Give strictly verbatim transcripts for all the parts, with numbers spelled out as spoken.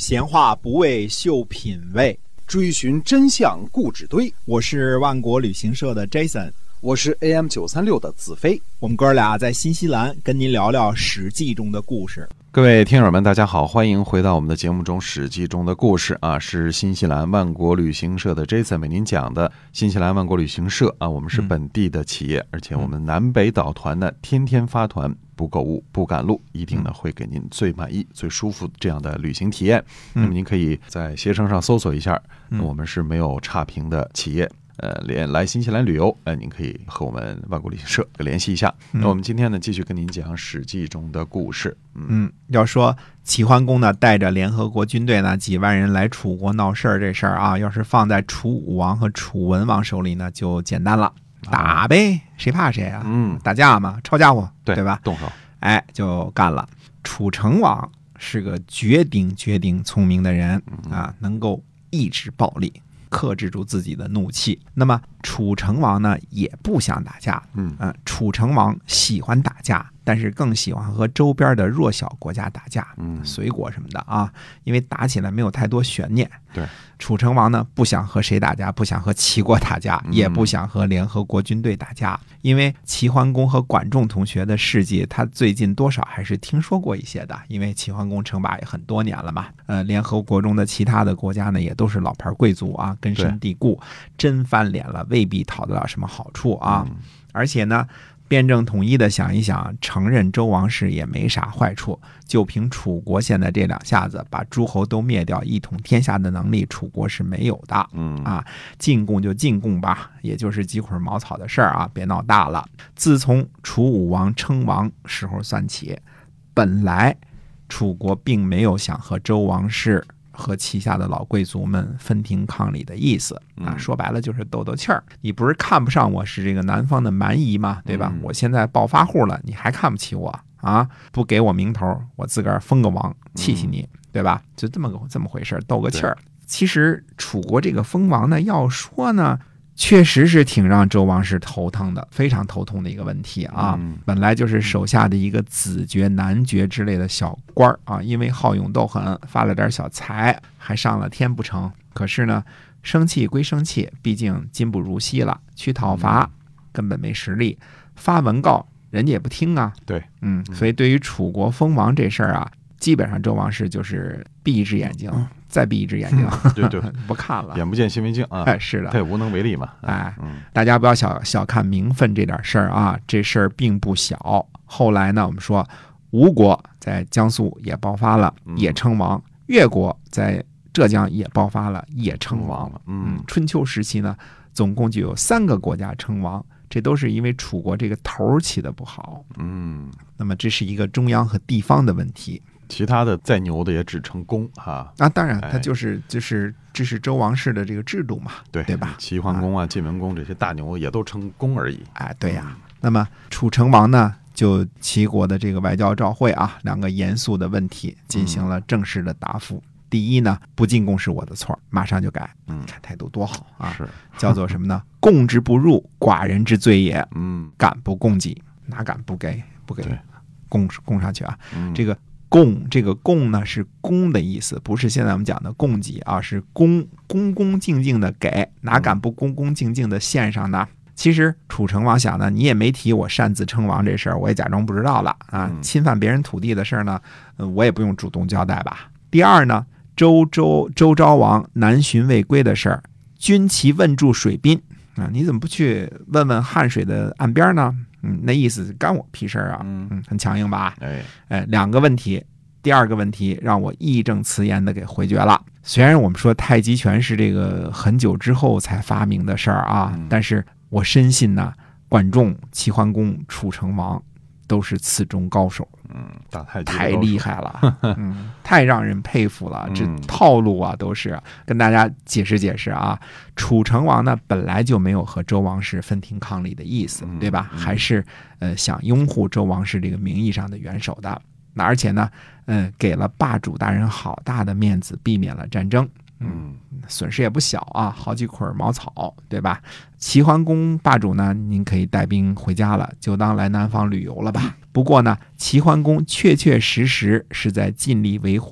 闲话不为秀品味， 追寻真相故纸堆。 我是万国旅行社的 Jason， 我是 A M 九三六 的子飞。 我们哥俩在新西兰跟您聊聊《史记》中的故事。 各位听友们大家好，欢迎回到我们的节目中《史记》中的故事啊，是新西兰万国旅行社的 Jason 为您讲的。新西兰万国旅行社啊，我们是本地的企业，嗯、而且我们南北岛团呢天天发团，不购物不赶路，一定呢会给您最满意最舒服这样的旅行体验。嗯、那么您可以在携程上搜索一下，嗯、我们是没有差评的企业。呃，连来新西兰旅游，呃，您可以和我们万国旅行社联系一下。嗯、那我们今天呢，继续跟您讲《史记》中的故事。 嗯，嗯要说齐桓公呢，带着联合国军队呢，几万人来楚国闹事儿这事儿啊，要是放在楚武王和楚文王手里呢，就简单了，打呗，谁怕谁啊？嗯，打架嘛，抄家伙，对, 对吧？ 动手， 哎，就干了。楚成王是个绝顶绝顶聪明的人啊，能够抑制暴力。克制住自己的怒气。那么楚成王呢，也不想打架。嗯、呃，楚成王喜欢打架，但是更喜欢和周边的弱小国家打架，嗯，隋国什么的啊，因为打起来没有太多悬念。 对， 楚成王呢不想和谁打架，不想和齐国打架，也不想和联合国军队打架，嗯、因为齐桓公和管仲同学的事迹，他最近多少还是听说过一些的，因为齐桓公称霸也很多年了嘛。呃，联合国中的其他的国家呢，也都是老牌贵族啊，根深蒂固，真翻脸了未必讨得了什么好处啊。嗯、而且呢，辩证统一的想一想，承认周王室也没啥坏处。就凭楚国现在这两下子，把诸侯都灭掉，一统天下的能力，楚国是没有的。嗯啊，进贡就进贡吧，也就是几捆茅草的事儿啊，别闹大了。自从楚武王称王时候算起，本来楚国并没有想和周王室和旗下的老贵族们分庭抗礼的意思啊，说白了就是斗斗气儿。你不是看不上我是这个南方的蛮夷吗？对吧？我现在暴发户了，你还看不起我啊？不给我名头，我自个儿封个王，气气你，对吧？就这么个这么回事，斗个气儿。其实楚国这个封王呢，要说呢，确实是挺让周王室头疼的，非常头痛的一个问题啊。嗯、本来就是手下的一个子爵、男爵之类的小官啊，因为好勇斗狠，发了点小财，还上了天不成。可是呢，生气归生气，毕竟今不如昔了，去讨伐根本没实力，发文告人家也不听啊。 对， 嗯，所以对于楚国封王这事儿啊，基本上周王室就是闭一只眼睛。嗯再闭一只眼睛， 对对， 不看了， 眼不见心为净啊！ 哎，是的， 他也无能为力嘛。 哎，嗯、大家不要小小看名分这点事儿啊，这事儿并不小。后来呢，我们说吴国在江苏也爆发了，也称王；越国在浙江也爆发了，也称王。嗯，春秋时期呢，总共就有三个国家称王，这都是因为楚国这个头起的不好。嗯，那么这是一个中央和地方的问题。 其他的再牛的也只成功哈啊！当然，它就是就是这是周王室的这个制度嘛， 对对吧？ 齐桓公啊、晋文公这些大牛也都成功而已。 哎，对呀。嗯、那么楚成王呢，就齐国的这个外交照会啊，两个严肃的问题进行了正式的答复。嗯、第一呢，不进贡是我的错，马上就改。嗯，看态度多好啊！ 是叫做什么呢？贡之不入，寡人之罪也。嗯，敢不供给，哪敢不给？不给供供上去啊？嗯、这个。供这个供呢是供的意思，不是现在我们讲的供给啊，是恭恭恭敬敬的给，哪敢不恭恭敬敬的献上呢？其实楚成王想呢，你也没提我擅自称王这事儿，我也假装不知道了啊。侵犯别人土地的事儿呢，我也不用主动交代吧。第二呢，周周周昭王南巡未归的事儿，军旗问住水滨啊，你怎么不去问问汉水的岸边呢？嗯，那意思干我屁事啊！嗯，很强硬吧？哎，哎，两个问题，第二个问题让我义正辞严的给回绝了。虽然我们说太极拳是这个很久之后才发明的事儿啊，嗯、但是我深信呢，管仲、齐桓公、楚成王都是刺中高手。 嗯，打太极太厉害了，嗯，太让人佩服了。这套路啊，都是跟大家解释解释啊。楚成王呢，本来就没有和周王室分庭抗礼的意思，对吧？还是呃想拥护周王室这个名义上的元首的。那而且呢，嗯、呃，给了霸主大人好大的面子，避免了战争。嗯，损失也不小啊，好几捆茅草，对吧？齐桓公霸主呢，您可以带兵回家了，就当来南方旅游了吧。不过呢，齐桓公确确实实是在尽力维护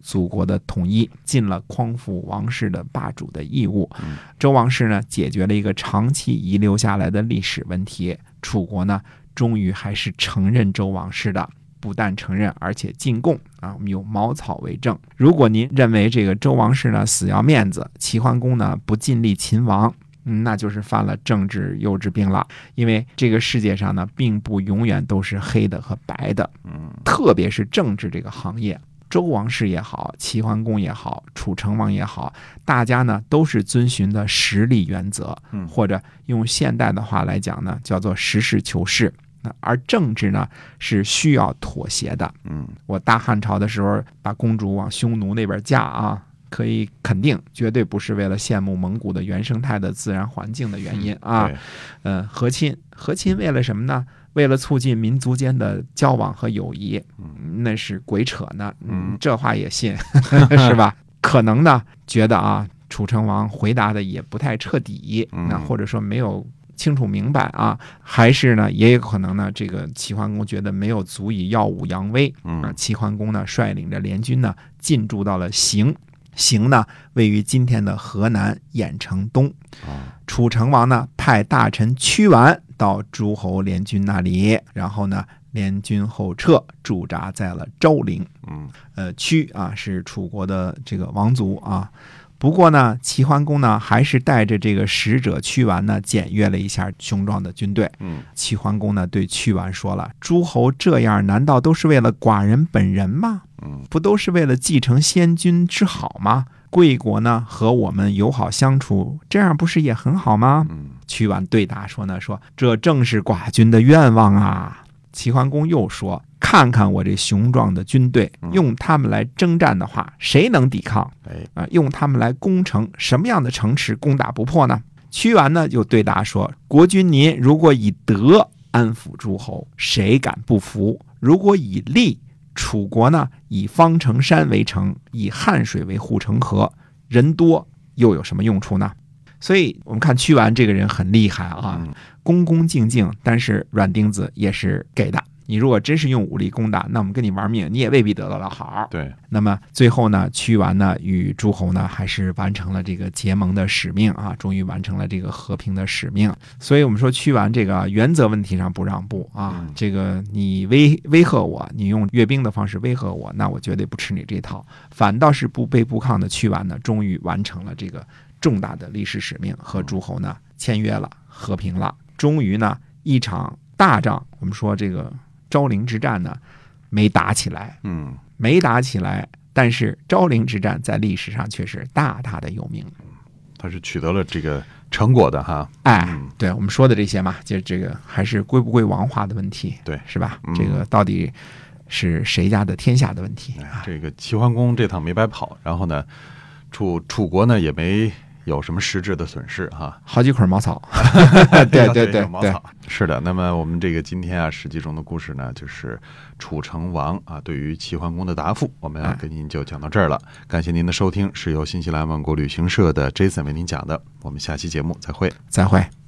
祖国的统一，尽了匡扶王室的霸主的义务。周王室呢，解决了一个长期遗留下来的历史问题。楚国呢，终于还是承认周王室的，不但承认，而且进贡啊！我们有茅草为证。如果您认为这个周王室呢死要面子，齐桓公呢不尽力勤王，嗯，那就是犯了政治幼稚病了。因为这个世界上呢，并不永远都是黑的和白的，嗯，特别是政治这个行业。周王室也好，齐桓公也好，楚成王也好，大家呢都是遵循的实力原则，或者用现代的话来讲呢，叫做实事求是。而政治呢是需要妥协的。嗯，我大汉朝的时候把公主往匈奴那边嫁啊，可以肯定绝对不是为了羡慕蒙古的原生态的自然环境的原因啊。嗯、呃，和亲和亲为了什么呢？为了促进民族间的交往和友谊。嗯，那是鬼扯呢。嗯，这话也信是吧？可能呢觉得啊，楚成王回答的也不太彻底，那或者说没有清楚明白啊，还是呢，也有可能呢，这个齐桓公觉得没有足以耀武扬威啊。齐桓公呢，率领着联军呢，进驻到了荥，荥呢位于今天的河南兖城东。楚成王呢，派大臣屈完到诸侯联军那里，然后呢，联军后撤，驻扎在了昭陵。嗯，呃，屈啊是楚国的这个王族啊。不过呢，齐桓公呢还是带着这个使者屈完呢检阅了一下雄壮的军队。嗯，齐桓公呢对屈完说了：“诸侯这样，难道都是为了寡人本人吗？嗯，不都是为了继承先君之好吗？贵国呢和我们友好相处，这样不是也很好吗？”嗯，屈完对答说呢：“说这正是寡君的愿望啊。”齐桓公又说：“看看我这雄壮的军队，用他们来征战的话，谁能抵抗？啊，用他们来攻城，什么样的城池攻打不破呢？”屈完呢又对答说：“国君您如果以德安抚诸侯，谁敢不服？如果以利，楚国呢以方城山为城，以汉水为护城河，人多又有什么用处呢？”所以我们看屈完这个人很厉害啊，恭恭敬敬，但是软钉子也是给的。你如果真是用武力攻打，那我们跟你玩命，你也未必得到了好。对。那么最后呢，屈完呢与诸侯呢还是完成了这个结盟的使命啊，终于完成了这个和平的使命。所以我们说屈完这个原则问题上不让步啊，嗯、这个你威威吓我，你用阅兵的方式威吓我，那我绝对不吃你这套。反倒是不卑不亢的屈完呢，终于完成了这个重大的历史使命，和诸侯呢签约了，和平了。终于呢一场大仗，我们说这个昭陵之战呢没打起来，嗯，没打起来，但是昭陵之战在历史上却是大大的有名， 它是取得了这个成果的哈。 哎，嗯、对我们说的这些嘛，就这个还是归不归王化的问题， 对， 是吧？嗯、这个到底是谁家的天下的问题。 哎、这个齐桓公这趟没白跑，然后呢，楚楚国呢也没有什么实质的损失哈， 好几捆茅草，对对对对， 是的。那么我们这个今天啊，史记中的故事呢，就是楚成王啊对于齐桓公的答复，我们要跟您就讲到这儿了。感谢您的收听，是由新西兰万国旅行社的 Jason 为您讲的。我们下期节目再会， 再会。